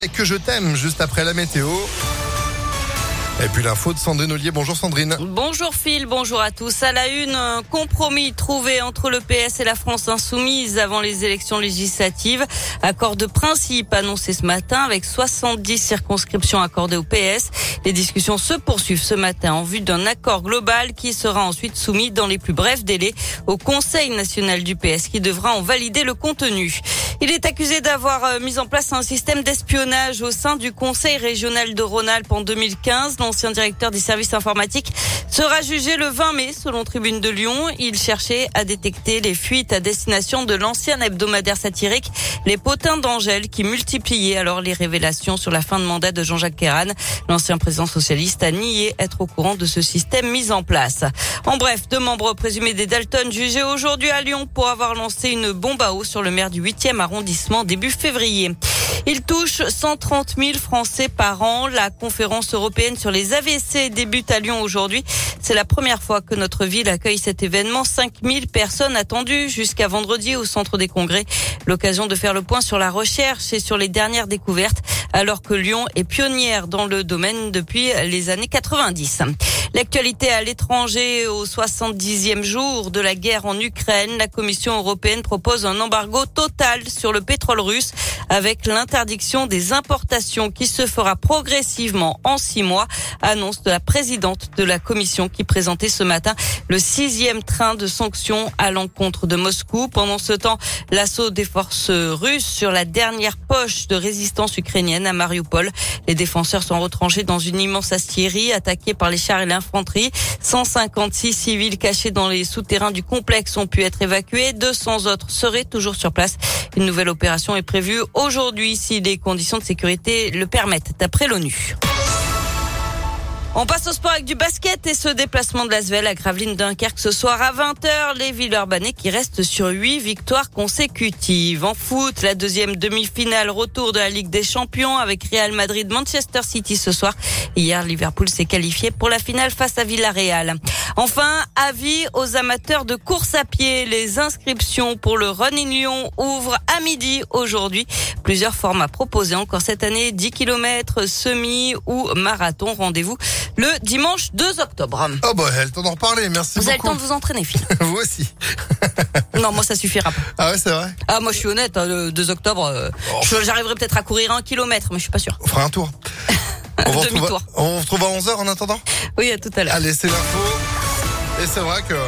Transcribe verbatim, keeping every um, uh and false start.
Et que je t'aime, juste après la météo. Et puis l'info de Sandrine Ollier. Bonjour Sandrine. Bonjour Phil, bonjour à tous. À la une, un compromis trouvé entre le P S et la France insoumise avant les élections législatives. Accord de principe annoncé ce matin avec soixante-dix circonscriptions accordées au P S. Les discussions se poursuivent ce matin en vue d'un accord global qui sera ensuite soumis dans les plus brefs délais au Conseil national du P S qui devra en valider le contenu. Il est accusé d'avoir mis en place un système d'espionnage au sein du Conseil régional de Rhône-Alpes en deux mille quinze. L'ancien directeur des services informatiques sera jugé le vingt mai selon Tribune de Lyon. Il cherchait à détecter les fuites à destination de l'ancien hebdomadaire satirique Les Potins d'Angèle qui multipliait alors les révélations sur la fin de mandat de Jean-Jacques Kéran. L'ancien président socialiste a nié être au courant de ce système mis en place. En bref, deux membres présumés des Dalton jugés aujourd'hui à Lyon pour avoir lancé une bombe à eau sur le maire du huitième arrondissement début février. Il touche cent trente mille Français par an. La conférence européenne sur les A V C débute à Lyon aujourd'hui. C'est la première fois que notre ville accueille cet événement. cinq mille personnes attendues jusqu'à vendredi au centre des congrès. L'occasion de faire le point sur la recherche et sur les dernières découvertes, alors que Lyon est pionnière dans le domaine depuis les années quatre-vingt-dix. L'actualité à l'étranger, au soixante-dixième jour de la guerre en Ukraine, la Commission européenne propose un embargo total sur le pétrole russe avec l'interdiction des importations qui se fera progressivement en six mois, annonce de la présidente de la Commission qui présentait ce matin le sixième train de sanctions à l'encontre de Moscou. Pendant ce temps, l'assaut des forces russes sur la dernière poche de résistance ukrainienne à Mariupol. Les défenseurs sont retranchés dans une immense aciérie attaquée par les chars et l'infanterie. cent cinquante-six civils cachés dans les souterrains du complexe ont pu être évacués. deux cents autres seraient toujours sur place. Une nouvelle opération est prévue aujourd'hui si les conditions de sécurité le permettent, d'après l'ONU. On passe au sport avec du basket et ce déplacement de l'Asvel à Gravelines-Dunkerque ce soir à vingt heures. Les Villeurbanais qui restent sur huit victoires consécutives. En foot, la deuxième demi-finale retour de la Ligue des Champions avec Real Madrid-Manchester City ce soir. Hier, Liverpool s'est qualifié pour la finale face à Villarreal. Enfin, avis aux amateurs de course à pied. Les inscriptions pour le Run in Lyon ouvrent à midi aujourd'hui. Plusieurs formats proposés encore cette année, dix kilomètres, semi ou marathon. Rendez-vous le dimanche deux octobre. Oh bah, elle t'en en reparler, merci vous beaucoup. Vous avez le temps de vous entraîner, Phil. Vous aussi. Non, moi ça suffira pas. Ah ouais, c'est vrai. Ah, moi je suis honnête, le deux octobre, euh, oh. j'arriverai peut-être à courir un kilomètre, mais je suis pas sûr. On fera un tour. On Demi-tour. On se retrouve à onze heures en attendant. Oui, à tout à l'heure. Allez, c'est l'info. Et c'est vrai que...